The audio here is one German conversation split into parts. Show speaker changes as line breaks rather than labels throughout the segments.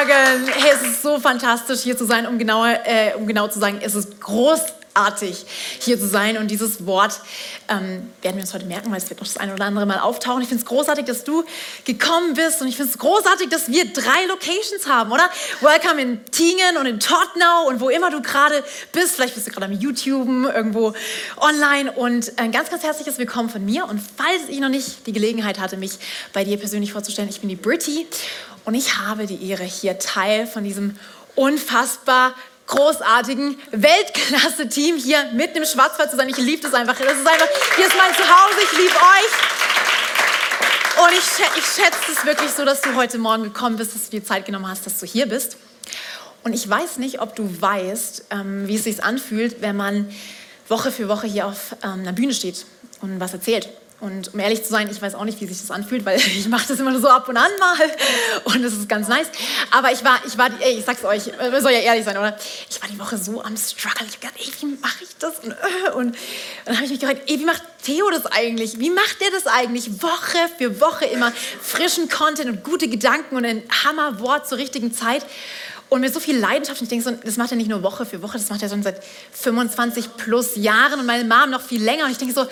Morgen. Hey, es ist so fantastisch, hier zu sein, um genau zu sagen, es ist großartig, hier zu sein. Und dieses Wort werden wir uns heute merken, weil es wird noch das eine oder andere Mal auftauchen. Ich finde es großartig, dass du gekommen bist und ich finde es großartig, dass wir 3 Locations haben, oder? Welcome in Tingen und in Tottenau und wo immer du gerade bist. Vielleicht bist du gerade am YouTube, irgendwo online und ein ganz, ganz herzliches Willkommen von mir. Und falls ich noch nicht die Gelegenheit hatte, mich bei dir persönlich vorzustellen, ich bin die Britty und ich habe die Ehre, hier Teil von diesem unfassbar großartigen Weltklasse-Team hier mitten im Schwarzwald zu sein. Ich liebe das einfach. Das ist einfach, hier ist mein Zuhause, ich liebe euch. Und ich schätze es wirklich so, dass du heute Morgen gekommen bist, dass du dir Zeit genommen hast, dass du hier bist. Und ich weiß nicht, ob du weißt, wie es sich anfühlt, wenn man Woche für Woche hier auf einer Bühne steht und was erzählt. Und um ehrlich zu sein, ich weiß auch nicht, wie sich das anfühlt, weil ich mache das immer nur so ab und an mal und das ist ganz nice. Aber ich sag's euch, soll ja ehrlich sein, oder? Ich war die Woche so am Struggle. Ich hab gedacht, wie mache ich das? Und dann habe ich mich gefragt, wie macht Theo das eigentlich? Wie macht der das eigentlich? Woche für Woche immer frischen Content und gute Gedanken und ein Hammerwort zur richtigen Zeit. Und mit so viel Leidenschaft, und ich denke so, das macht er nicht nur Woche für Woche, das macht er schon seit 25 plus Jahren und meine Mom noch viel länger. Und ich denke so,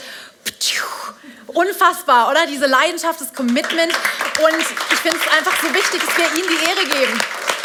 unfassbar, oder? Diese Leidenschaft, das Commitment. Und ich finde es einfach so wichtig, dass wir ihm die Ehre geben.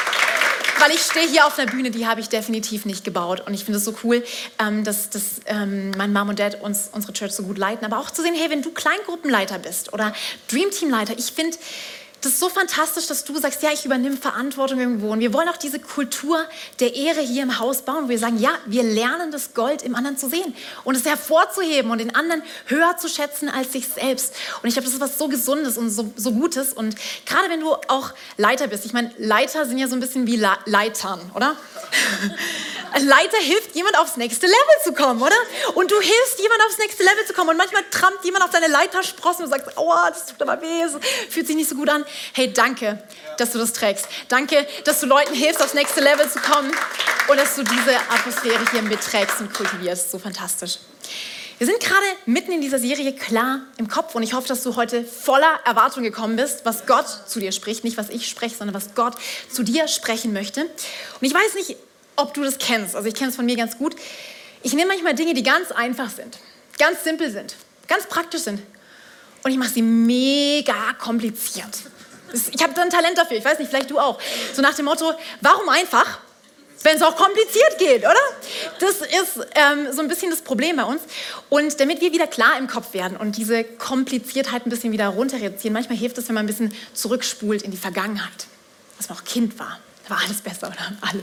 Weil ich stehe hier auf einer Bühne, die habe ich definitiv nicht gebaut. Und ich finde es so cool, dass mein Mom und Dad unsere Church so gut leiten. Aber auch zu sehen, hey, wenn du Kleingruppenleiter bist oder Dreamteamleiter, ich finde das ist so fantastisch, dass du sagst, ja, ich übernehme Verantwortung irgendwo. Und wir wollen auch diese Kultur der Ehre hier im Haus bauen, wo wir sagen, ja, wir lernen das Gold im anderen zu sehen und es hervorzuheben und den anderen höher zu schätzen als sich selbst. Und ich glaube, das ist was so Gesundes und so Gutes. Und gerade wenn du auch Leiter bist, ich meine, Leiter sind ja so ein bisschen wie Leitern, oder? Ein Leiter hilft jemand aufs nächste Level zu kommen, oder? Und du hilfst jemand aufs nächste Level zu kommen. Und manchmal trampt jemand auf deine Leitersprossen und sagst, aua, das tut aber weh, es fühlt sich nicht so gut an. Hey, danke, dass du das trägst. Danke, dass du Leuten hilfst, aufs nächste Level zu kommen und dass du diese Atmosphäre hier mitträgst und kultivierst. So fantastisch. Wir sind gerade mitten in dieser Serie klar im Kopf und ich hoffe, dass du heute voller Erwartung gekommen bist, was Gott zu dir spricht. Nicht, was ich spreche, sondern was Gott zu dir sprechen möchte. Und ich weiß nicht, ob du das kennst. Also ich kenne es von mir ganz gut. Ich nehme manchmal Dinge, die ganz einfach sind, ganz simpel sind, ganz praktisch sind und ich mache sie mega kompliziert. Ich habe da ein Talent dafür, ich weiß nicht, vielleicht du auch. So nach dem Motto, warum einfach, wenn es auch kompliziert geht, oder? Das ist so ein bisschen das Problem bei uns. Und damit wir wieder klar im Kopf werden und diese Kompliziertheit ein bisschen wieder runter reduzieren, manchmal hilft es, wenn man ein bisschen zurückspult in die Vergangenheit, als man auch Kind war. Da war alles besser, oder? Alles.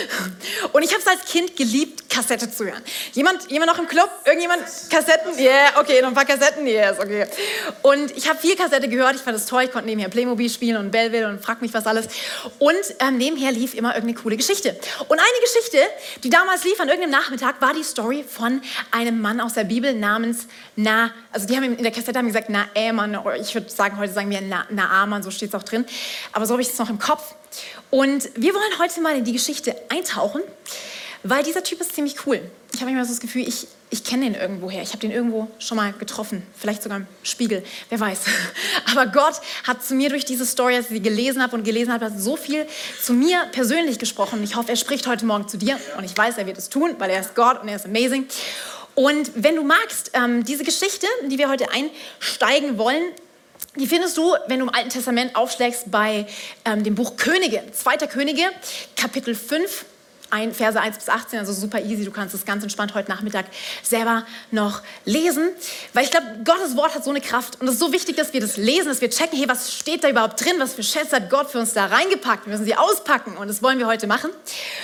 Und ich habe es als Kind geliebt, Kassette zu hören. Jemand noch im Club? Irgendjemand? Kassetten? Yeah, okay, noch ein paar Kassetten? Yes, okay. Und ich habe viel Kassette gehört, ich fand das toll, ich konnte nebenher Playmobil spielen und Belleville und frag mich was alles. Und nebenher lief immer irgendeine coole Geschichte. Und eine Geschichte, die damals lief an irgendeinem Nachmittag, war die Story von einem Mann aus der Bibel namens also die haben in der Kassette gesagt Naaman, ich würde sagen, heute sagen wir Naaman, so steht es auch drin. Aber so habe ich es noch im Kopf. Und wir wollen heute mal in die Geschichte eintauchen, weil dieser Typ ist ziemlich cool. Ich habe manchmal so das Gefühl, ich kenne den irgendwoher. Ich habe den irgendwo schon mal getroffen, vielleicht sogar im Spiegel, wer weiß. Aber Gott hat zu mir durch diese Story, als ich sie gelesen habe, hat so viel zu mir persönlich gesprochen. Ich hoffe, er spricht heute Morgen zu dir und ich weiß, er wird es tun, weil er ist Gott und er ist amazing. Und wenn du magst, diese Geschichte, in die wir heute einsteigen wollen, die findest du, wenn du im Alten Testament aufschlägst, bei dem Buch Könige, 2. Könige, Kapitel 5, Verse 1 bis 18, also super easy. Du kannst es ganz entspannt heute Nachmittag selber noch lesen. Weil ich glaube, Gottes Wort hat so eine Kraft und es ist so wichtig, dass wir das lesen, dass wir checken, hey, was steht da überhaupt drin, was für Schätze hat Gott für uns da reingepackt. Wir müssen sie auspacken und das wollen wir heute machen.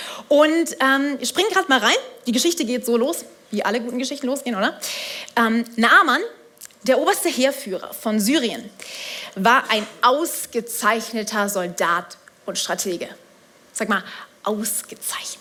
Und ich springe gerade mal rein. Die Geschichte geht so los, wie alle guten Geschichten losgehen, oder? Naaman, der oberste Heerführer von Syrien, war ein ausgezeichneter Soldat und Stratege. Sag mal, ausgezeichnet.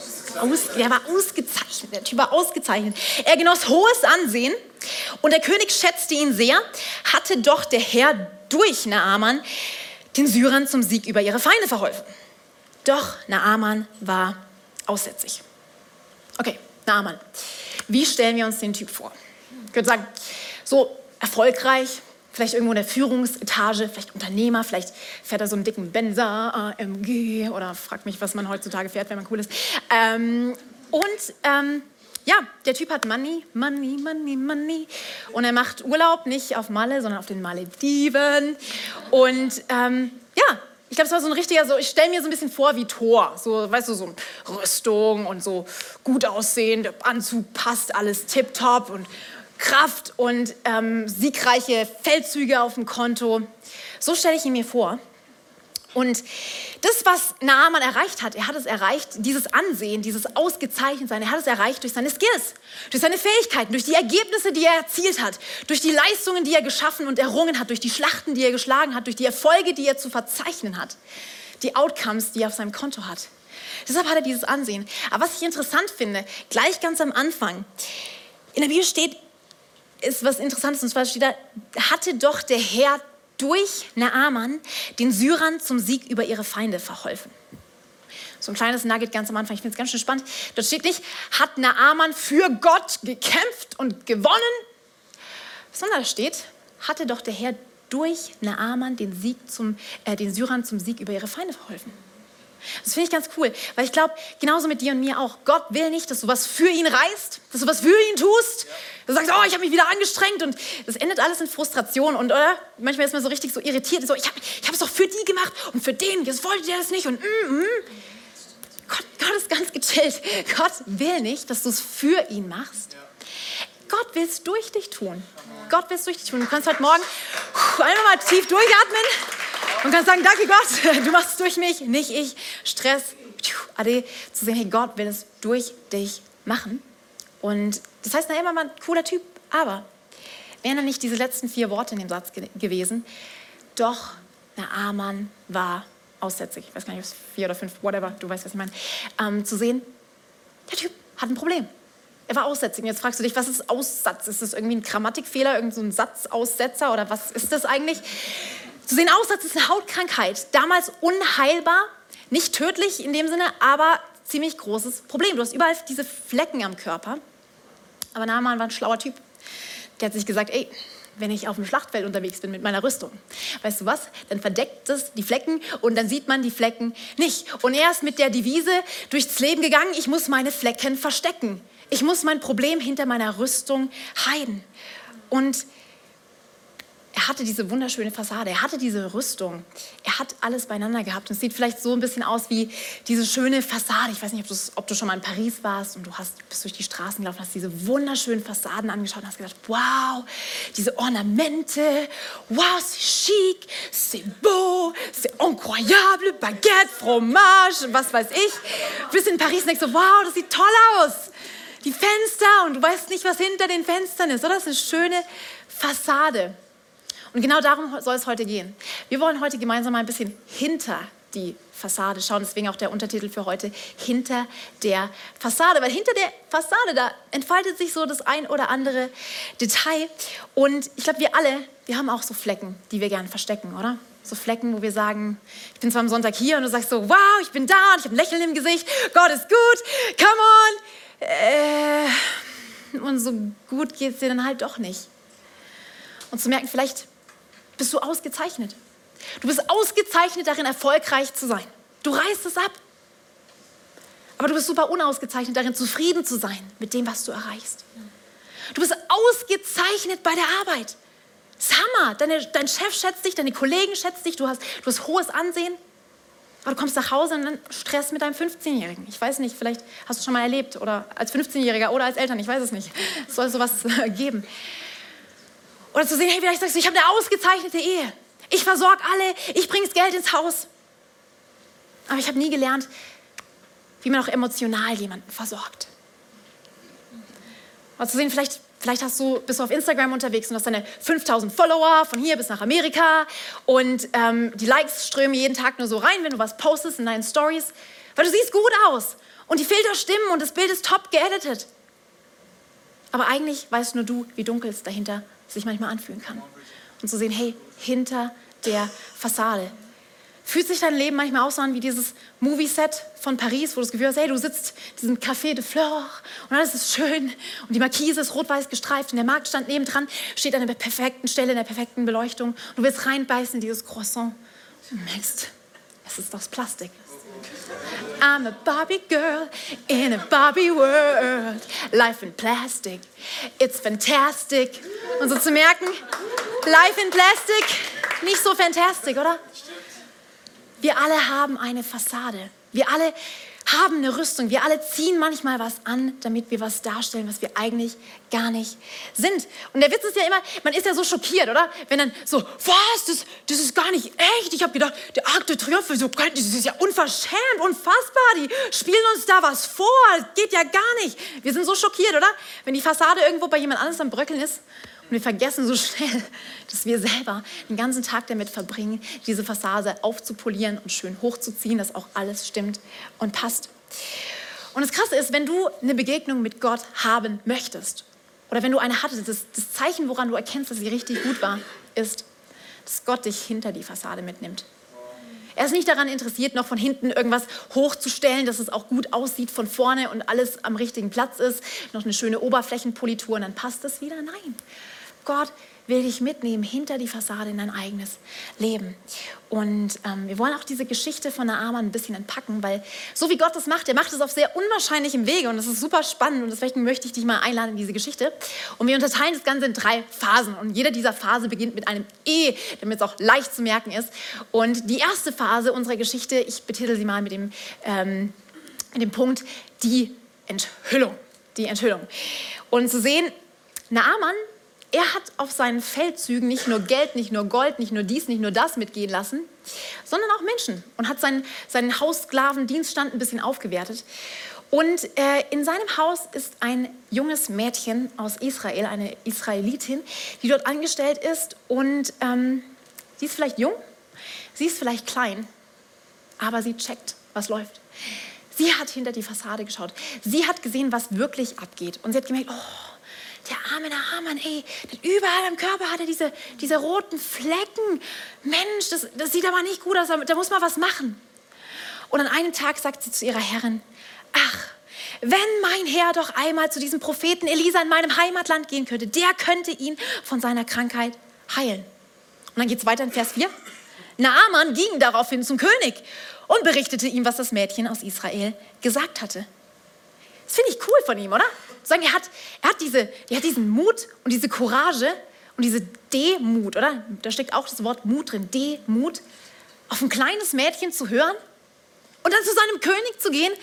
Der war ausgezeichnet, der Typ war ausgezeichnet. Er genoss hohes Ansehen und der König schätzte ihn sehr, hatte doch der Herr durch Naaman den Syrern zum Sieg über ihre Feinde verholfen. Doch Naaman war aussätzig. Okay, Naaman. Wie stellen wir uns den Typ vor? Ich würde sagen, so erfolgreich, vielleicht irgendwo in der Führungsetage, vielleicht Unternehmer, vielleicht fährt er so einen dicken Benzer, AMG oder fragt mich, was man heutzutage fährt, wenn man cool ist. Ja, der Typ hat Money. Und er macht Urlaub nicht auf Malle, sondern auf den Malediven. Und ja, ich glaube, es war so ein richtiger, so, ich stelle mir so ein bisschen vor wie Thor. So, weißt du, so Rüstung und so gut aussehen, der Anzug passt, alles tipptopp und Kraft und siegreiche Feldzüge auf dem Konto. So stelle ich ihn mir vor. Und das, was Naaman erreicht hat, er hat es erreicht, dieses Ansehen, dieses Ausgezeichnet-Sein, er hat es erreicht durch seine Skills, durch seine Fähigkeiten, durch die Ergebnisse, die er erzielt hat, durch die Leistungen, die er geschaffen und errungen hat, durch die Schlachten, die er geschlagen hat, durch die Erfolge, die er zu verzeichnen hat, die Outcomes, die er auf seinem Konto hat. Deshalb hat er dieses Ansehen. Aber was ich interessant finde, gleich ganz am Anfang, in der Bibel steht, ist was Interessantes, und zwar steht da, hatte doch der Herr durch Naaman den Syrern zum Sieg über ihre Feinde verholfen. So ein kleines Nugget ganz am Anfang, ich finde es ganz schön spannend. Dort steht nicht, hat Naaman für Gott gekämpft und gewonnen, sondern da steht, hatte doch der Herr durch Naaman den Syrern zum Sieg über ihre Feinde verholfen. Das finde ich ganz cool, weil ich glaube, genauso mit dir und mir auch, Gott will nicht, dass du was für ihn reißt, dass du was für ihn tust. Du sagst, oh, ich habe mich wieder angestrengt und das endet alles in Frustration und oder? Manchmal ist man so richtig so irritiert, so, ich hab es doch für die gemacht und für den, jetzt wollte der das nicht und Gott ist ganz gechillt. Gott will nicht, dass du es für ihn machst. Gott will es durch dich tun. Gott will es durch dich tun. Du kannst heute Morgen einmal mal tief durchatmen und kannst sagen, danke Gott, du machst es durch mich, nicht ich. Stress, Ade, zu sehen, hey, Gott will es durch dich machen. Und das heißt, immer mal ein cooler Typ, aber wären dann nicht diese letzten 4 Worte in dem Satz gewesen, doch Naaman war aussätzig. Ich weiß gar nicht, ob es 4 oder 5, whatever, du weißt, was ich meine. Zu sehen, der Typ hat ein Problem. Er war aussätzig. Und jetzt fragst du dich, was ist Aussatz? Ist das irgendwie ein Grammatikfehler, irgend so ein Satzaussetzer oder was ist das eigentlich? Zu sehen, Aussatz ist eine Hautkrankheit. Damals unheilbar, nicht tödlich in dem Sinne, aber ziemlich großes Problem. Du hast überall diese Flecken am Körper. Aber Naaman war ein schlauer Typ. Der hat sich gesagt, ey, wenn ich auf dem Schlachtfeld unterwegs bin mit meiner Rüstung, weißt du was, dann verdeckt es die Flecken und dann sieht man die Flecken nicht. Und er ist mit der Devise durchs Leben gegangen, ich muss meine Flecken verstecken. Ich muss mein Problem hinter meiner Rüstung heiden. Und er hatte diese wunderschöne Fassade, er hatte diese Rüstung, er hat alles beieinander gehabt. Und es sieht vielleicht so ein bisschen aus wie diese schöne Fassade. Ich weiß nicht, ob du schon mal in Paris warst und bist durch die Straßen gelaufen, hast diese wunderschönen Fassaden angeschaut und hast gedacht, wow, diese Ornamente, wow, c'est chic, c'est beau, c'est incroyable, Baguette, Fromage, was weiß ich. Du bist in Paris und denkst so, wow, das sieht toll aus. Die Fenster und du weißt nicht, was hinter den Fenstern ist, oder? Das ist eine schöne Fassade. Und genau darum soll es heute gehen. Wir wollen heute gemeinsam mal ein bisschen hinter die Fassade schauen. Deswegen auch der Untertitel für heute, hinter der Fassade. Weil hinter der Fassade, da entfaltet sich so das ein oder andere Detail. Und ich glaube, wir haben auch so Flecken, die wir gerne verstecken, oder? So Flecken, wo wir sagen, ich bin zwar am Sonntag hier und du sagst so, wow, ich bin da und ich habe ein Lächeln im Gesicht. Gott ist gut, come on. Und so gut geht es dir dann halt doch nicht. Und zu merken, vielleicht bist du ausgezeichnet. Du bist ausgezeichnet darin, erfolgreich zu sein. Du reißt es ab. Aber du bist super unausgezeichnet darin, zufrieden zu sein mit dem, was du erreichst. Du bist ausgezeichnet bei der Arbeit. Das ist Hammer. Dein Chef schätzt dich, deine Kollegen schätzen dich, du hast hohes Ansehen. Aber du kommst nach Hause und dann Stress mit deinem 15-Jährigen. Ich weiß nicht, vielleicht hast du schon mal erlebt oder als 15-Jähriger oder als Eltern, ich weiß es nicht. Es soll sowas geben. Oder zu sehen, hey, vielleicht sagst du, ich habe eine ausgezeichnete Ehe. Ich versorge alle, ich bringe das Geld ins Haus. Aber ich habe nie gelernt, wie man auch emotional jemanden versorgt. Oder zu sehen, vielleicht bist du auf Instagram unterwegs und hast deine 5000 Follower von hier bis nach Amerika und die Likes strömen jeden Tag nur so rein, wenn du was postest in deinen Stories, weil du siehst gut aus und die Filter stimmen und das Bild ist top geeditet. Aber eigentlich weißt nur du, wie dunkel es dahinter sich manchmal anfühlen kann. Und zu sehen, hey, hinter der Fassade. Fühlt sich dein Leben manchmal auch so an wie dieses Movie-Set von Paris, wo du das Gefühl hast, hey, du sitzt in diesem Café de Fleur und alles ist schön und die Markise ist rot-weiß gestreift und der Marktstand nebendran steht an der perfekten Stelle, in der perfekten Beleuchtung. Du willst reinbeißen in dieses Croissant und merkst, es ist aus Plastik. I'm a Barbie girl in a Barbie world. Life in plastic, it's fantastic. Und so zu merken, life in plastic, nicht so fantastic, oder? Wir alle haben eine Fassade. Wir alle haben eine Rüstung. Wir alle ziehen manchmal was an, damit wir was darstellen, was wir eigentlich gar nicht sind. Und der Witz ist ja immer, man ist ja so schockiert, oder? Wenn dann so, was, das ist gar nicht echt. Ich habe gedacht, der Arc de Triomphe, so, das ist ja unverschämt, unfassbar. Die spielen uns da was vor. Das geht ja gar nicht. Wir sind so schockiert, oder? Wenn die Fassade irgendwo bei jemand anderes am Bröckeln ist. Und wir vergessen so schnell, dass wir selber den ganzen Tag damit verbringen, diese Fassade aufzupolieren und schön hochzuziehen, dass auch alles stimmt und passt. Und das Krasse ist, wenn du eine Begegnung mit Gott haben möchtest oder wenn du eine hattest, das Zeichen, woran du erkennst, dass sie richtig gut war, ist, dass Gott dich hinter die Fassade mitnimmt. Er ist nicht daran interessiert, noch von hinten irgendwas hochzustellen, dass es auch gut aussieht von vorne und alles am richtigen Platz ist, noch eine schöne Oberflächenpolitur und dann passt es wieder. Nein, Gott will dich mitnehmen hinter die Fassade in dein eigenes Leben. Und wir wollen auch diese Geschichte von Naaman ein bisschen entpacken, weil so wie Gott das macht, er macht es auf sehr unwahrscheinlichem Wege und das ist super spannend und deswegen möchte ich dich mal einladen in diese Geschichte. Und wir unterteilen das Ganze in 3 Phasen und jede dieser Phasen beginnt mit einem E, damit es auch leicht zu merken ist. Und die erste Phase unserer Geschichte, ich betitel sie mal mit dem Punkt, die Enthüllung. Die Enthüllung. Und zu sehen, Naaman, er hat auf seinen Feldzügen nicht nur Geld, nicht nur Gold, nicht nur dies, nicht nur das mitgehen lassen, sondern auch Menschen und hat seinen Haussklavendienststand ein bisschen aufgewertet. Und in seinem Haus ist ein junges Mädchen aus Israel, eine Israelitin, die dort angestellt ist und sie ist vielleicht jung, sie ist vielleicht klein, aber sie checkt, was läuft. Sie hat hinter die Fassade geschaut. Sie hat gesehen, was wirklich abgeht. Und sie hat gemerkt, oh, der arme Naaman, ey, überall am Körper hat er diese roten Flecken. Mensch, das sieht aber nicht gut aus, da muss man was machen. Und an einem Tag sagt sie zu ihrer Herrin, ach, wenn mein Herr doch einmal zu diesem Propheten Elisa in meinem Heimatland gehen könnte, der könnte ihn von seiner Krankheit heilen. Und dann geht es weiter in Vers 4. Naaman ging daraufhin zum König und berichtete ihm, was das Mädchen aus Israel gesagt hatte. Das finde ich cool von ihm, oder? Sagen, er hat diesen Mut und diese Courage und diese Demut, oder? Da steckt auch das Wort Mut drin, Demut, auf ein kleines Mädchen zu hören und dann zu seinem König zu gehen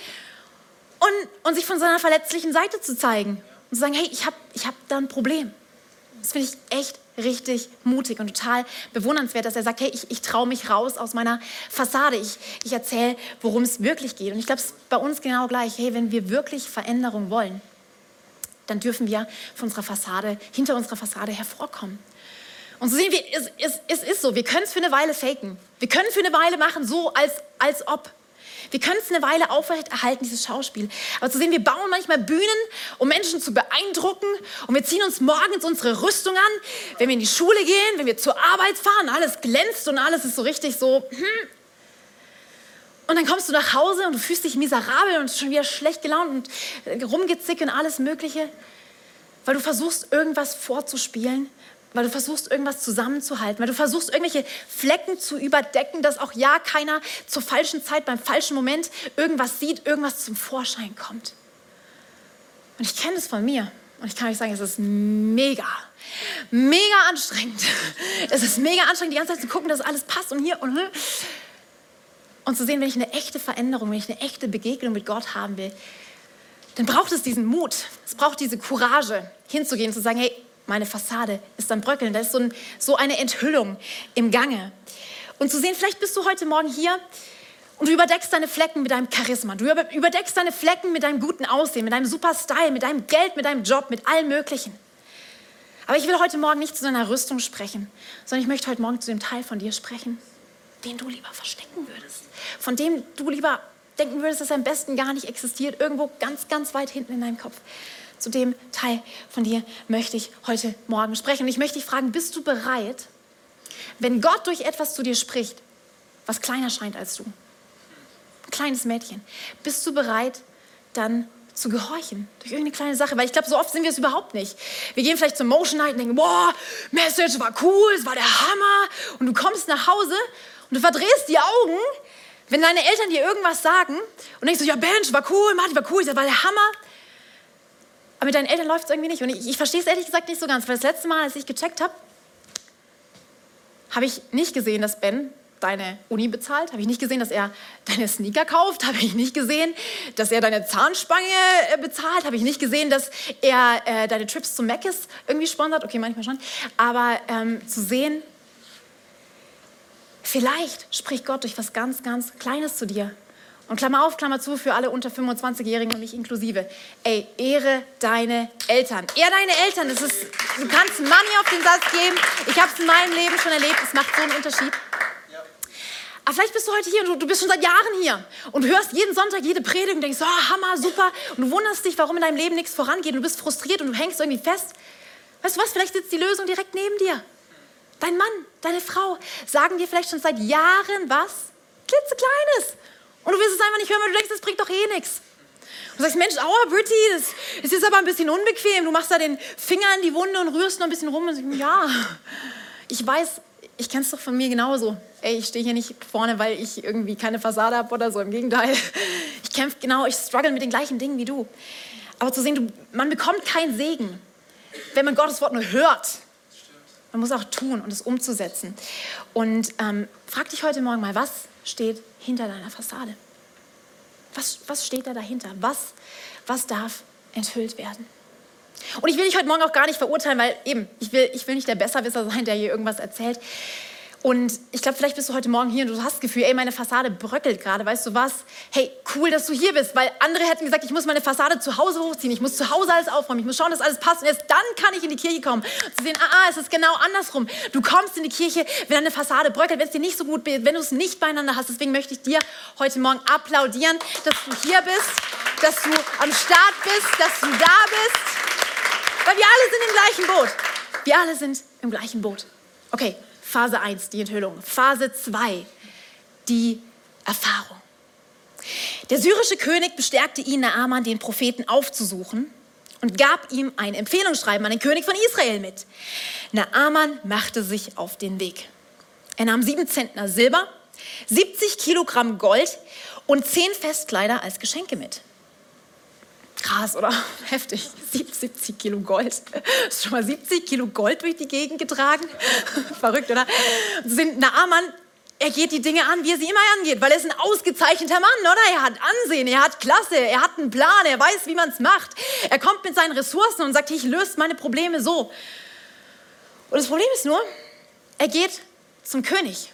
und sich von seiner verletzlichen Seite zu zeigen und zu sagen, hey, ich hab da ein Problem. Das finde ich echt richtig mutig und total bewundernswert, dass er sagt, hey, ich traue mich raus aus meiner Fassade. Ich erzähle, worum es wirklich geht. Und ich glaube, es ist bei uns genau gleich. Hey, wenn wir wirklich Veränderung wollen, dann dürfen wir hinter unserer Fassade hervorkommen. Und so sehen wir, es ist so, wir können es für eine Weile faken. Wir können für eine Weile machen, so als ob. Wir können es eine Weile aufrechterhalten, dieses Schauspiel. Aber zu sehen, wir bauen manchmal Bühnen, um Menschen zu beeindrucken. Und wir ziehen uns morgens unsere Rüstung an, wenn wir in die Schule gehen, wenn wir zur Arbeit fahren. Alles glänzt und alles ist so richtig so. Und dann kommst du nach Hause und du fühlst dich miserabel und schon wieder schlecht gelaunt und rumgezickt und alles Mögliche. Weil du versuchst, irgendwas vorzuspielen. Weil du versuchst, irgendwas zusammenzuhalten, weil du versuchst, irgendwelche Flecken zu überdecken, dass auch ja keiner zur falschen Zeit, beim falschen Moment irgendwas sieht, irgendwas zum Vorschein kommt. Und ich kenne es von mir und ich kann euch sagen, es ist mega anstrengend. Es ist mega anstrengend, die ganze Zeit zu gucken, dass alles passt und hier und zu sehen, wenn ich eine echte Veränderung, wenn ich eine echte Begegnung mit Gott haben will, dann braucht es diesen Mut, es braucht diese Courage, hinzugehen und zu sagen, hey, meine Fassade ist am Bröckeln. Da ist so eine Enthüllung im Gange. Und zu sehen, vielleicht bist du heute Morgen hier und du überdeckst deine Flecken mit deinem Charisma. Du überdeckst deine Flecken mit deinem guten Aussehen, mit deinem super Style, mit deinem Geld, mit deinem Job, mit allem Möglichen. Aber ich will heute Morgen nicht zu deiner Rüstung sprechen, sondern ich möchte heute Morgen zu dem Teil von dir sprechen, den du lieber verstecken würdest. Von dem du lieber denken würdest, dass er am besten gar nicht existiert, irgendwo ganz, ganz weit hinten in deinem Kopf. Zu dem Teil von dir möchte ich heute Morgen sprechen. Und ich möchte dich fragen, bist du bereit, wenn Gott durch etwas zu dir spricht, was kleiner scheint als du. Ein kleines Mädchen. Bist du bereit, dann zu gehorchen durch irgendeine kleine Sache? Weil ich glaube, so oft sind wir es überhaupt nicht. Wir gehen vielleicht zur Motion Night und denken, boah, Message war cool, es war der Hammer. Und du kommst nach Hause und du verdrehst die Augen, wenn deine Eltern dir irgendwas sagen und denkst so, ja, Bench war cool, Martin war cool, das war der Hammer. Aber mit deinen Eltern läuft es irgendwie nicht. Und ich verstehe es ehrlich gesagt nicht so ganz, weil das letzte Mal, als ich gecheckt habe, habe ich nicht gesehen, dass Ben deine Uni bezahlt, habe ich nicht gesehen, dass er deine Sneaker kauft, habe ich nicht gesehen, dass er deine Zahnspange bezahlt, habe ich nicht gesehen, dass er deine Trips zu Mc's irgendwie sponsert, okay, manchmal schon, aber zu sehen, vielleicht spricht Gott durch was ganz, ganz Kleines zu dir. Und Klammer auf, Klammer zu, für alle unter 25-Jährigen und mich inklusive. Ey, ehre deine Eltern. Ehre deine Eltern. Das ist, du kannst Money auf den Satz geben. Ich habe es in meinem Leben schon erlebt. Es macht so einen Unterschied. Aber vielleicht bist du heute hier und du bist schon seit Jahren hier und du hörst jeden Sonntag jede Predigt und denkst, oh, Hammer, super. Und du wunderst dich, warum in deinem Leben nichts vorangeht und du bist frustriert und du hängst irgendwie fest. Weißt du was, vielleicht sitzt die Lösung direkt neben dir. Dein Mann, deine Frau sagen dir vielleicht schon seit Jahren was klitzekleines. Und du willst es einfach nicht hören, weil du denkst, das bringt doch eh nichts. Und du sagst, Mensch, aua, Britti, das ist jetzt aber ein bisschen unbequem. Du machst da den Finger in die Wunde und rührst noch ein bisschen rum. Und sagst, ja, ich weiß, ich kenn's doch von mir genauso. Ey, ich stehe hier nicht vorne, weil ich irgendwie keine Fassade habe oder so. Im Gegenteil. Ich kämpfe genau, ich struggle mit den gleichen Dingen wie du. Aber zu sehen, man bekommt keinen Segen, wenn man Gottes Wort nur hört. Man muss auch tun und es umzusetzen. Und frag dich heute Morgen mal, was steht hinter deiner Fassade? Was steht da dahinter? Was darf enthüllt werden? Und ich will dich heute Morgen auch gar nicht verurteilen, weil eben, ich will nicht der Besserwisser sein, der hier irgendwas erzählt. Und ich glaube, vielleicht bist du heute Morgen hier und du hast das Gefühl, ey, meine Fassade bröckelt gerade, weißt du was? Hey, cool, dass du hier bist, weil andere hätten gesagt, ich muss meine Fassade zu Hause hochziehen, ich muss zu Hause alles aufräumen, ich muss schauen, dass alles passt und erst dann kann ich in die Kirche kommen. Und zu sehen, es ist genau andersrum. Du kommst in die Kirche, wenn deine Fassade bröckelt, wenn es dir nicht so gut geht, wenn du es nicht beieinander hast. Deswegen möchte ich dir heute Morgen applaudieren, dass du hier bist, dass du am Start bist, dass du da bist. Weil wir alle sind im gleichen Boot. Wir alle sind im gleichen Boot. Okay. Phase 1, die Enthüllung. Phase 2, die Erfahrung. Der syrische König bestärkte ihn, Naaman, den Propheten aufzusuchen und gab ihm ein Empfehlungsschreiben an den König von Israel mit. Naaman machte sich auf den Weg. Er nahm 7 Zentner Silber, 70 Kilogramm Gold und 10 Festkleider als Geschenke mit. Krass, oder? Heftig. 70 Kilo Gold. Hast du schon mal 70 Kilo Gold durch die Gegend getragen? Verrückt, oder? Naaman, er geht die Dinge an, wie er sie immer angeht, weil er ist ein ausgezeichneter Mann, oder? Er hat Ansehen, er hat Klasse, er hat einen Plan, er weiß, wie man es macht. Er kommt mit seinen Ressourcen und sagt, ich löse meine Probleme so. Und das Problem ist nur, er geht zum König.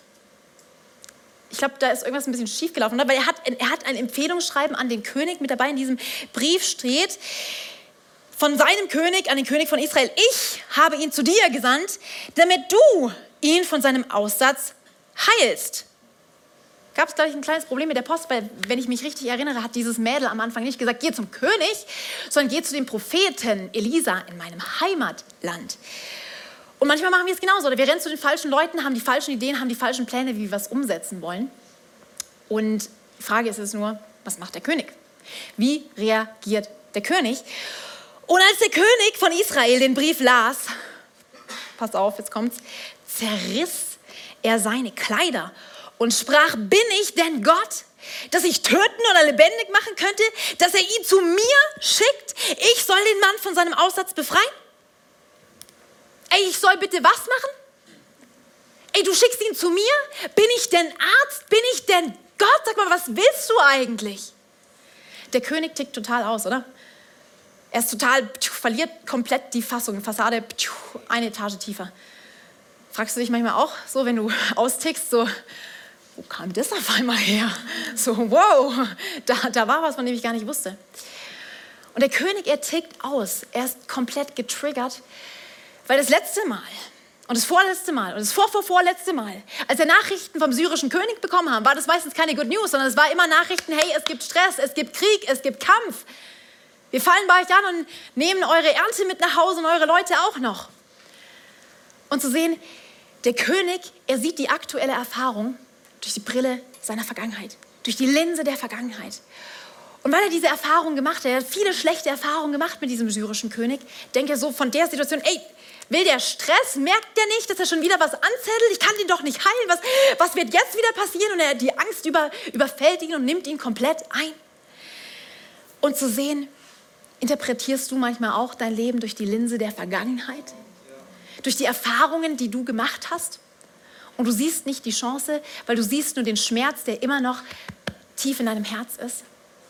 Ich glaube, da ist irgendwas ein bisschen schief gelaufen, weil er hat ein Empfehlungsschreiben an den König mit dabei. In diesem Brief steht von seinem König an den König von Israel: Ich habe ihn zu dir gesandt, damit du ihn von seinem Aussatz heilst. Gab es, glaube ich, ein kleines Problem mit der Post, weil, wenn ich mich richtig erinnere, hat dieses Mädel am Anfang nicht gesagt, geh zum König, sondern geh zu dem Propheten Elisa in meinem Heimatland. Und manchmal machen wir es genauso. Oder wir rennen zu den falschen Leuten, haben die falschen Ideen, haben die falschen Pläne, wie wir was umsetzen wollen. Und die Frage ist es nur, was macht der König? Wie reagiert der König? Und als der König von Israel den Brief las, pass auf, jetzt kommt's, zerriss er seine Kleider und sprach, bin ich denn Gott, dass ich töten oder lebendig machen könnte, dass er ihn zu mir schickt? Ich soll den Mann von seinem Aussatz befreien? Ey, ich soll bitte was machen? Ey, du schickst ihn zu mir? Bin ich denn Arzt? Bin ich denn Gott? Sag mal, was willst du eigentlich? Der König tickt total aus, oder? Er ist total, verliert komplett die Fassung, Fassade, eine Etage tiefer. Fragst du dich manchmal auch so, wenn du austickst, so, wo kam das auf einmal her? So, wow, da war was, von dem ich gar nicht wusste. Und der König, er tickt aus. Er ist komplett getriggert. Weil das letzte Mal und das vorletzte Mal und das vorletzte Mal, als wir Nachrichten vom syrischen König bekommen haben, war das meistens keine Good News, sondern es war immer Nachrichten, hey, es gibt Stress, es gibt Krieg, es gibt Kampf. Wir fallen bei euch an und nehmen eure Ernte mit nach Hause und eure Leute auch noch. Und zu sehen, der König, er sieht die aktuelle Erfahrung durch die Brille seiner Vergangenheit, durch die Linse der Vergangenheit. Und weil er diese Erfahrung gemacht hat, er hat viele schlechte Erfahrungen gemacht mit diesem syrischen König, denkt er so von der Situation, ey, will der Stress? Merkt der nicht, dass er schon wieder was anzettelt? Ich kann den doch nicht heilen. Was wird jetzt wieder passieren? Und die Angst überfällt ihn und nimmt ihn komplett ein. Und zu sehen, interpretierst du manchmal auch dein Leben durch die Linse der Vergangenheit? Durch die Erfahrungen, die du gemacht hast? Und du siehst nicht die Chance, weil du siehst nur den Schmerz, der immer noch tief in deinem Herz ist.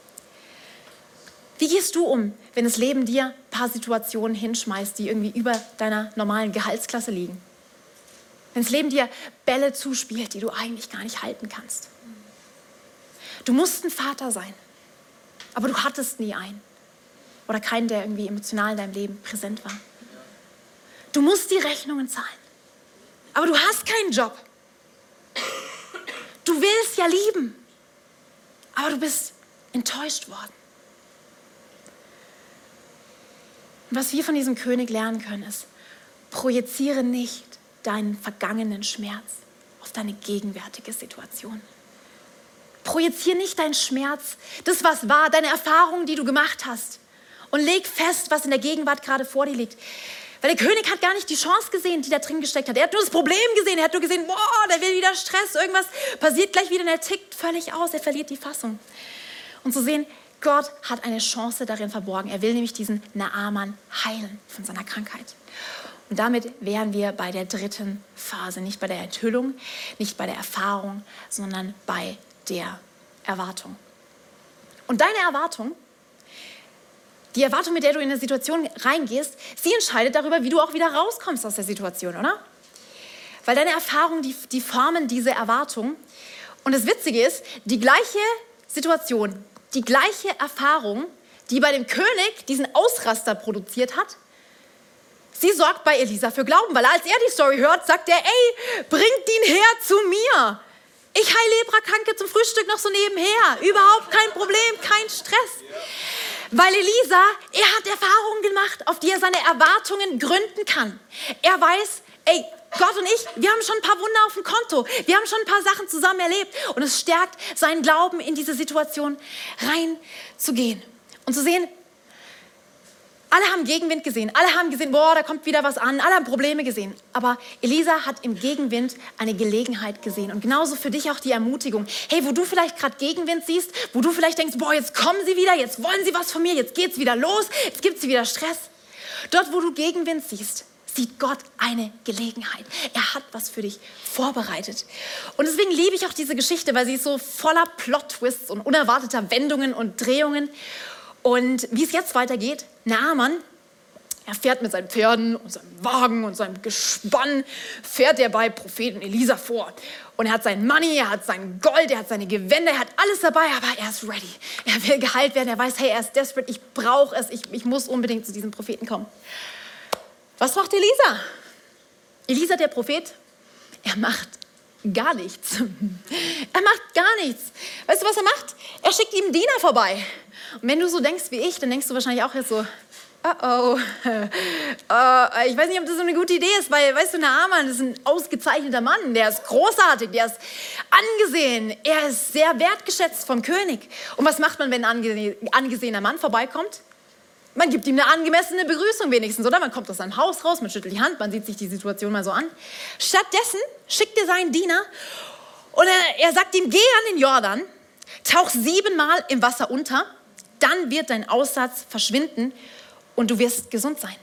Wie gehst du um, wenn das Leben dir ein paar Situationen hinschmeißt, die irgendwie über deiner normalen Gehaltsklasse liegen? Wenn das Leben dir Bälle zuspielt, die du eigentlich gar nicht halten kannst. Du musst ein Vater sein, aber du hattest nie einen. Oder keinen, der irgendwie emotional in deinem Leben präsent war. Du musst die Rechnungen zahlen, aber du hast keinen Job. Du willst ja lieben, aber du bist enttäuscht worden. Und was wir von diesem König lernen können, ist, projiziere nicht deinen vergangenen Schmerz auf deine gegenwärtige Situation. Projiziere nicht deinen Schmerz, das, was war, deine Erfahrungen, die du gemacht hast. Und leg fest, was in der Gegenwart gerade vor dir liegt. Weil der König hat gar nicht die Chance gesehen, die da drin gesteckt hat. Er hat nur das Problem gesehen. Er hat nur gesehen, boah, der will wieder Stress, irgendwas passiert gleich wieder und er tickt völlig aus. Er verliert die Fassung. Und zu sehen, Gott hat eine Chance darin verborgen. Er will nämlich diesen Naaman heilen von seiner Krankheit. Und damit wären wir bei der dritten Phase. Nicht bei der Enthüllung, nicht bei der Erfahrung, sondern bei der Erwartung. Und deine Erwartung, die Erwartung, mit der du in eine Situation reingehst, sie entscheidet darüber, wie du auch wieder rauskommst aus der Situation, oder? Weil deine Erfahrungen, die formen diese Erwartung. Und das Witzige ist, die gleiche Situation, die gleiche Erfahrung, die bei dem König diesen Ausraster produziert hat, sie sorgt bei Elisa für Glauben, weil als er die Story hört, sagt er, ey, bringt ihn her zu mir. Ich heile Leprakranke zum Frühstück noch so nebenher. Überhaupt kein Problem, kein Stress. Weil Elisa, er hat Erfahrungen gemacht, auf die er seine Erwartungen gründen kann. Er weiß, ey, Gott und ich, wir haben schon ein paar Wunder auf dem Konto. Wir haben schon ein paar Sachen zusammen erlebt. Und es stärkt seinen Glauben, in diese Situation reinzugehen. Und zu sehen, alle haben Gegenwind gesehen. Alle haben gesehen, boah, da kommt wieder was an. Alle haben Probleme gesehen. Aber Elisa hat im Gegenwind eine Gelegenheit gesehen. Und genauso für dich auch die Ermutigung. Hey, wo du vielleicht gerade Gegenwind siehst, wo du vielleicht denkst, boah, jetzt kommen sie wieder, jetzt wollen sie was von mir, jetzt geht's wieder los, jetzt gibt's wieder Stress. Dort, wo du Gegenwind siehst, sieht Gott eine Gelegenheit. Er hat was für dich vorbereitet. Und deswegen liebe ich auch diese Geschichte, weil sie ist so voller Plot-Twists und unerwarteter Wendungen und Drehungen. Und wie es jetzt weitergeht, Naaman, er fährt mit seinen Pferden und seinem Wagen und seinem Gespann, fährt er bei Propheten Elisa vor. Und er hat sein Money, er hat sein Gold, er hat seine Gewänder, er hat alles dabei, aber er ist ready. Er will geheilt werden, er weiß, hey, er ist desperate, ich brauche es, ich muss unbedingt zu diesem Propheten kommen. Was macht Elisa? Elisa, der Prophet, er macht gar nichts. Er macht gar nichts. Weißt du, was er macht? Er schickt ihm einen Diener vorbei. Und wenn du so denkst wie ich, dann denkst du wahrscheinlich auch jetzt so, ich weiß nicht, ob das so eine gute Idee ist, weil, weißt du, Naaman ist ein ausgezeichneter Mann, der ist großartig, der ist angesehen, er ist sehr wertgeschätzt vom König. Und was macht man, wenn ein angesehener Mann vorbeikommt? Man gibt ihm eine angemessene Begrüßung wenigstens, oder? Man kommt aus seinem Haus raus, man schüttelt die Hand, man sieht sich die Situation mal so an. Stattdessen schickt er seinen Diener und er sagt ihm, geh an den Jordan, tauch 7-mal im Wasser unter, dann wird dein Aussatz verschwinden und du wirst gesund sein.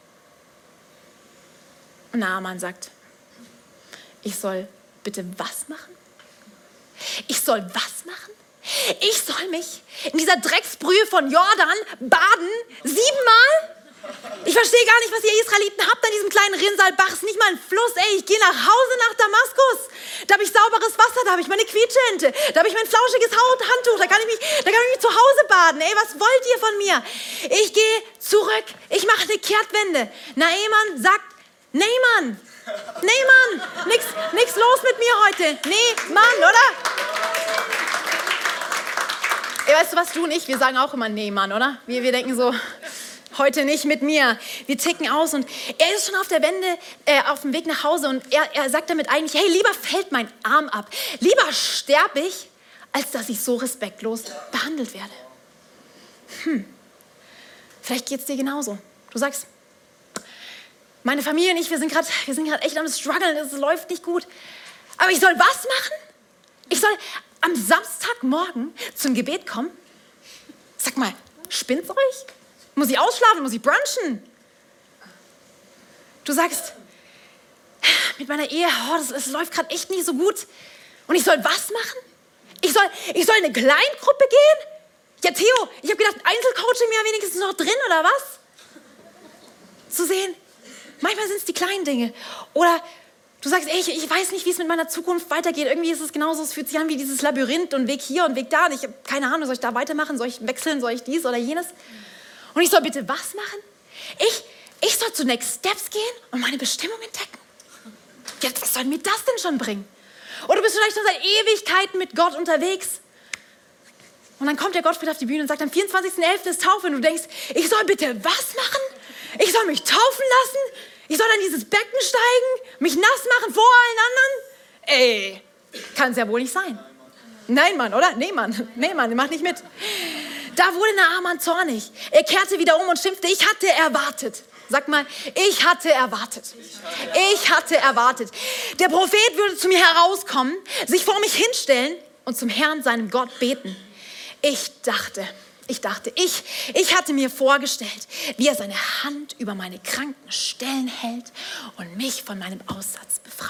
Und Naaman sagt, ich soll bitte was machen? Ich soll was machen? Ich soll mich in dieser Drecksbrühe von Jordan baden, 7-mal? Ich verstehe gar nicht, was ihr Israeliten habt an diesem kleinen Rinnsal-Bach. Es ist nicht mal ein Fluss. Ey, ich gehe nach Hause nach Damaskus. Da habe ich sauberes Wasser, da habe ich meine Quietscheente, da habe ich mein flauschiges Handtuch, da kann ich mich zu Hause baden. Ey, was wollt ihr von mir? Ich gehe zurück, ich mache eine Kehrtwende. Naaman sagt, Naaman, nix los mit mir heute. Nee, Mann, oder? Ey, weißt du was, du und ich, wir sagen auch immer nee, Mann, oder? Wir denken so, heute nicht mit mir. Wir ticken aus und er ist schon auf der Wende, auf dem Weg nach Hause und er sagt damit eigentlich, hey, lieber fällt mein Arm ab, lieber sterbe ich, als dass ich so respektlos behandelt werde. Vielleicht geht es dir genauso. Du sagst, meine Familie und ich, wir sind gerade echt am struggeln, es läuft nicht gut. Aber ich soll was machen? Ich soll am Samstagmorgen zum Gebet kommen? Sag mal, spinnt's euch? Muss ich ausschlafen? Muss ich brunchen? Du sagst, mit meiner Ehe, es läuft gerade echt nicht so gut. Und ich soll was machen? Ich soll in eine Kleingruppe gehen? Ja, Theo, ich habe gedacht, Einzelcoaching wäre wenigstens noch drin, oder was? Zu sehen, manchmal sind es die kleinen Dinge. Oder du sagst, ey, ich weiß nicht, wie es mit meiner Zukunft weitergeht. Irgendwie ist es genauso, es fühlt sich an wie dieses Labyrinth und Weg hier und Weg da. Und ich habe keine Ahnung, soll ich da weitermachen? Soll ich wechseln? Soll ich dies oder jenes? Und ich soll bitte was machen? Ich soll zu Next Steps gehen und meine Bestimmung entdecken? Ja, was soll mir das denn schon bringen? Oder du bist vielleicht schon seit Ewigkeiten mit Gott unterwegs. Und dann kommt der Gottfried auf die Bühne und sagt, am 24.11. ist Taufe. Und du denkst, ich soll bitte was machen? Ich soll mich taufen lassen? Ich soll in dieses Becken steigen? Mich nass machen vor allen anderen? Ey, kann es ja wohl nicht sein. Nein, Mann, oder? Nee, Mann, mach nicht mit. Da wurde Naaman zornig. Er kehrte wieder um und schimpfte, ich hatte erwartet. Sag mal, ich hatte erwartet. Ich hatte erwartet. Der Prophet würde zu mir herauskommen, sich vor mich hinstellen und zum Herrn, seinem Gott, beten. Ich hatte mir vorgestellt, wie er seine Hand über meine kranken Stellen hält und mich von meinem Aussatz befreit.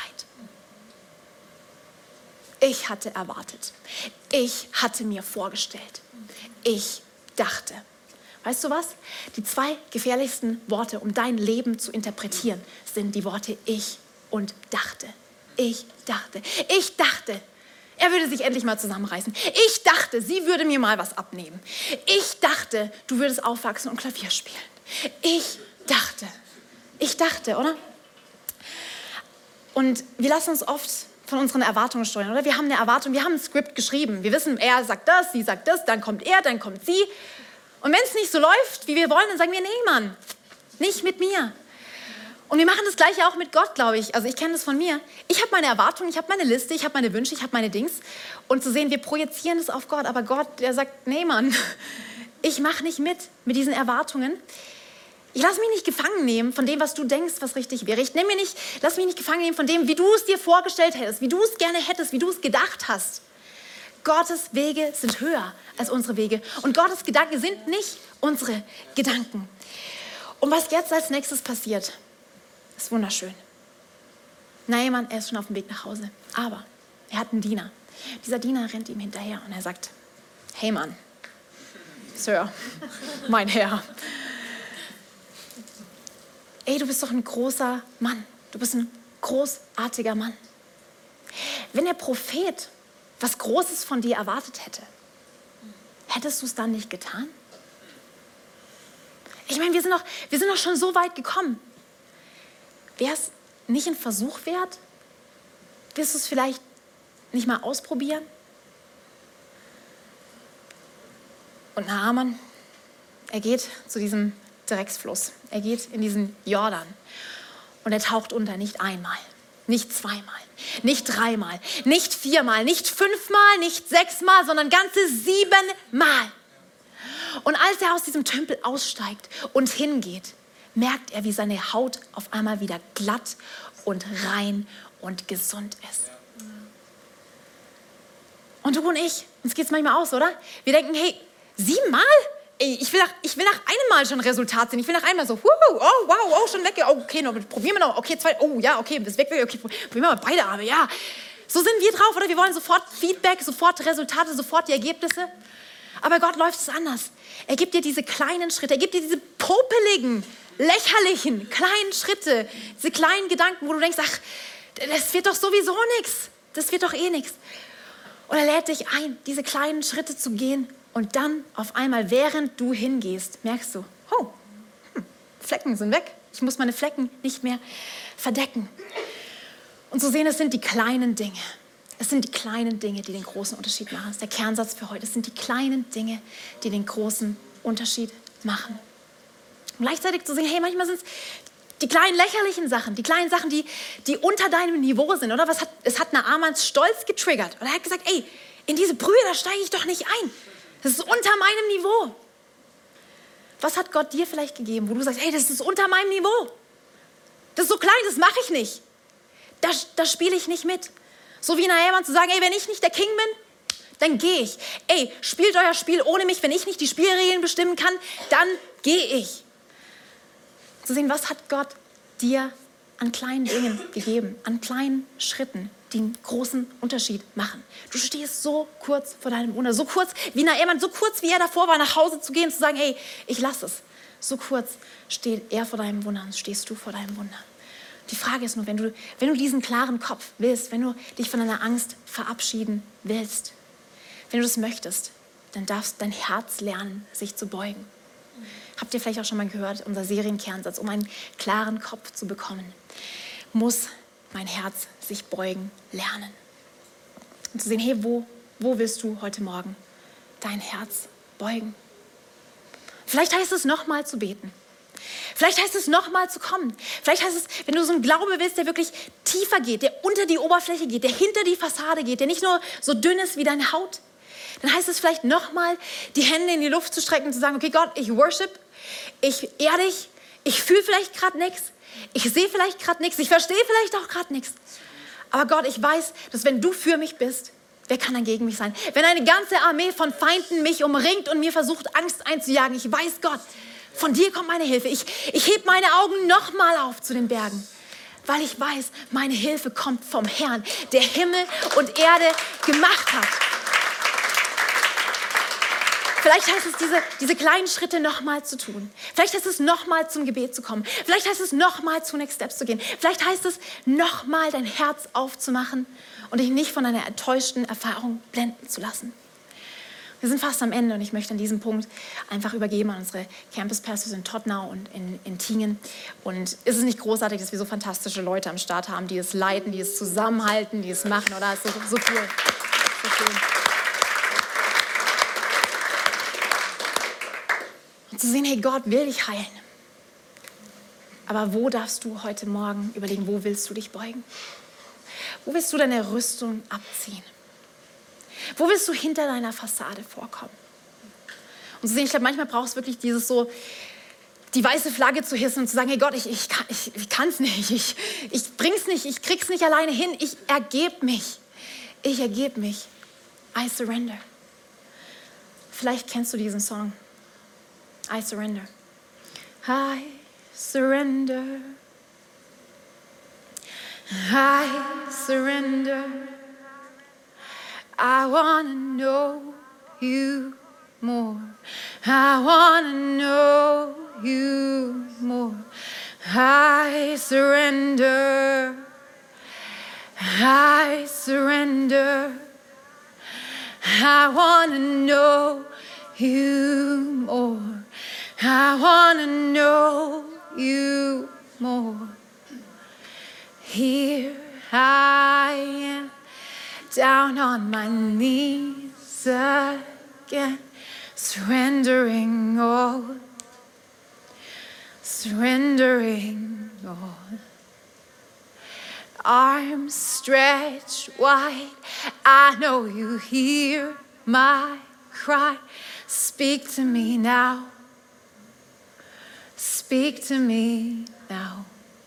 Ich hatte erwartet. Ich hatte mir vorgestellt. Ich dachte. Weißt du was? Die 2 gefährlichsten Worte, um dein Leben zu interpretieren, sind die Worte ich und dachte. Ich dachte. Ich dachte, er würde sich endlich mal zusammenreißen. Ich dachte, sie würde mir mal was abnehmen. Ich dachte, du würdest aufwachsen und Klavier spielen. Ich dachte, oder? Und wir lassen uns oft von unseren Erwartungen steuern, oder? Wir haben eine Erwartung, wir haben ein Skript geschrieben. Wir wissen, er sagt das, sie sagt das, dann kommt er, dann kommt sie. Und wenn es nicht so läuft, wie wir wollen, dann sagen wir, nee, Mann, nicht mit mir. Und wir machen das Gleiche auch mit Gott, glaube ich. Also ich kenne das von mir. Ich habe meine Erwartungen, ich habe meine Liste, ich habe meine Wünsche, ich habe meine Dings. Und zu sehen, wir projizieren das auf Gott. Aber Gott, der sagt, nee, Mann, ich mache nicht mit diesen Erwartungen. Ich lasse mich nicht gefangen nehmen von dem, was du denkst, was richtig wäre. Lass mich nicht gefangen nehmen von dem, wie du es dir vorgestellt hättest, wie du es gerne hättest, wie du es gedacht hast. Gottes Wege sind höher als unsere Wege. Und Gottes Gedanken sind nicht unsere Gedanken. Und was jetzt als nächstes passiert, ist wunderschön. Naaman, er ist schon auf dem Weg nach Hause. Aber er hat einen Diener. Dieser Diener rennt ihm hinterher und er sagt, hey Mann, Sir, mein Herr, ey, du bist doch ein großer Mann. Du bist ein großartiger Mann. Wenn der Prophet was Großes von dir erwartet hätte, hättest du es dann nicht getan? Ich meine, wir sind doch schon so weit gekommen. Wäre es nicht ein Versuch wert? Willst du es vielleicht nicht mal ausprobieren? Und Naaman, er geht zu diesem Drecksfluss. Er geht in diesen Jordan und er taucht unter, nicht einmal, nicht zweimal, nicht dreimal, nicht 4-mal, nicht 5-mal, nicht 6-mal, sondern ganze 7-mal. Und als er aus diesem Tümpel aussteigt und hingeht, merkt er, wie seine Haut auf einmal wieder glatt und rein und gesund ist. Und du und ich, uns geht es manchmal aus, oder? Wir denken, hey, 7-mal? Ey, ich will nach einem Mal schon Resultat sehen. Ich will nach einmal so, oh, wow, oh, schon weg. Oh, okay, probieren wir noch. Okay, 2, oh, ja, okay, bis weg. Okay, probieren wir mal beide Arme, ja. So sind wir drauf, oder? Wir wollen sofort Feedback, sofort Resultate, sofort die Ergebnisse. Aber Gott läuft es anders. Er gibt dir diese kleinen Schritte, er gibt dir diese popeligen, lächerlichen, kleinen Schritte, diese kleinen Gedanken, wo du denkst, ach, das wird doch sowieso nichts. Das wird doch eh nichts. Und er lädt dich ein, diese kleinen Schritte zu gehen. Und dann auf einmal, während du hingehst, merkst du, oh, Flecken sind weg. Ich muss meine Flecken nicht mehr verdecken. Und zu sehen, es sind die kleinen Dinge. Es sind die kleinen Dinge, die den großen Unterschied machen. Das ist der Kernsatz für heute. Es sind die kleinen Dinge, die den großen Unterschied machen. Und gleichzeitig zu sehen, hey, manchmal sind es die kleinen lächerlichen Sachen, die kleinen Sachen, die unter deinem Niveau sind, oder? Es hat Naamans Stolz getriggert. Und er hat gesagt, ey, in diese Brühe, da steige ich doch nicht ein. Das ist unter meinem Niveau. Was hat Gott dir vielleicht gegeben, wo du sagst, hey, das ist unter meinem Niveau. Das ist so klein, das mache ich nicht. Da spiele ich nicht mit. So wie Naaman zu sagen, ey, wenn ich nicht der King bin, dann gehe ich. Ey, spielt euer Spiel ohne mich. Wenn ich nicht die Spielregeln bestimmen kann, dann gehe ich. Zu sehen, was hat Gott dir an kleinen Dingen gegeben, an kleinen Schritten, die einen großen Unterschied machen. Du stehst so kurz vor deinem Wunder, so kurz wie Naaman, so kurz wie er davor war, nach Hause zu gehen und zu sagen, hey, ich lasse es. So kurz steht er vor deinem Wunder und stehst du vor deinem Wunder. Die Frage ist nur, wenn du diesen klaren Kopf willst, wenn du dich von deiner Angst verabschieden willst, wenn du das möchtest, dann darfst dein Herz lernen, sich zu beugen. Habt ihr vielleicht auch schon mal gehört, unser Serienkernsatz, um einen klaren Kopf zu bekommen, muss mein Herz sich beugen lernen. Und zu sehen, hey, wo willst du heute Morgen dein Herz beugen? Vielleicht heißt es nochmal zu beten. Vielleicht heißt es nochmal zu kommen. Vielleicht heißt es, wenn du so einen Glaube willst, der wirklich tiefer geht, der unter die Oberfläche geht, der hinter die Fassade geht, der nicht nur so dünn ist wie deine Haut, dann heißt es vielleicht nochmal, die Hände in die Luft zu strecken und zu sagen, okay Gott, ich worship, ich ehre dich, ich fühle vielleicht gerade nichts, ich sehe vielleicht gerade nichts, ich verstehe vielleicht auch gerade nichts. Aber Gott, ich weiß, dass wenn du für mich bist, wer kann dann gegen mich sein? Wenn eine ganze Armee von Feinden mich umringt und mir versucht, Angst einzujagen, ich weiß, Gott, von dir kommt meine Hilfe. Ich heb meine Augen nochmal auf zu den Bergen, weil ich weiß, meine Hilfe kommt vom Herrn, der Himmel und Erde gemacht hat. Vielleicht heißt es, diese kleinen Schritte nochmal zu tun. Vielleicht heißt es, nochmal zum Gebet zu kommen. Vielleicht heißt es, nochmal zu Next Steps zu gehen. Vielleicht heißt es, nochmal dein Herz aufzumachen und dich nicht von einer enttäuschten Erfahrung blenden zu lassen. Wir sind fast am Ende und ich möchte an diesem Punkt einfach übergeben an unsere Campus Pastors in Tottenau und in Tingen. Und ist es nicht großartig, dass wir so fantastische Leute am Start haben, die es leiten, die es zusammenhalten, die es machen, oder? Ist so cool. So schön. Und zu sehen, hey, Gott will dich heilen. Aber wo darfst du heute Morgen überlegen, wo willst du dich beugen? Wo willst du deine Rüstung abziehen? Wo willst du hinter deiner Fassade vorkommen? Und zu sehen, ich glaube, manchmal brauchst du wirklich dieses so, die weiße Flagge zu hissen und zu sagen, hey Gott, ich kann's nicht, ich bring's nicht, ich krieg's nicht alleine hin, ich ergebe mich. Ich ergebe mich. I surrender. Vielleicht kennst du diesen Song. I surrender. I surrender. I surrender. I want to know you more. I want to know you more. I surrender. I surrender. I want to know you more. I want to know you more. Here I am, down on my knees again, surrendering all, surrendering all. Arms stretched wide, I know you hear my cry. Speak to me now, speak to me now.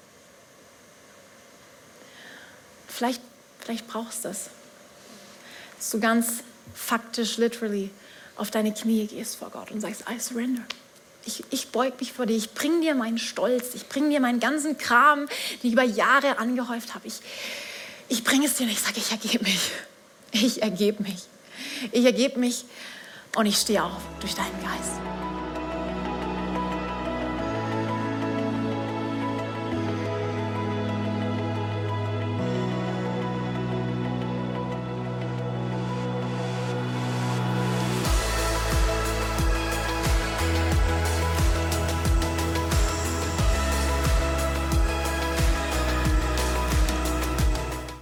Vielleicht brauchst du es, dass du ganz faktisch, literally auf deine Knie gehst vor Gott und sagst, I surrender. Ich beug mich vor dir, ich bring dir meinen Stolz, ich bring dir meinen ganzen Kram, den ich über Jahre angehäuft habe. Ich bringe es dir und ich sage, ich ergebe mich. Ich ergebe mich. Ich ergebe mich und ich stehe auf durch deinen Geist.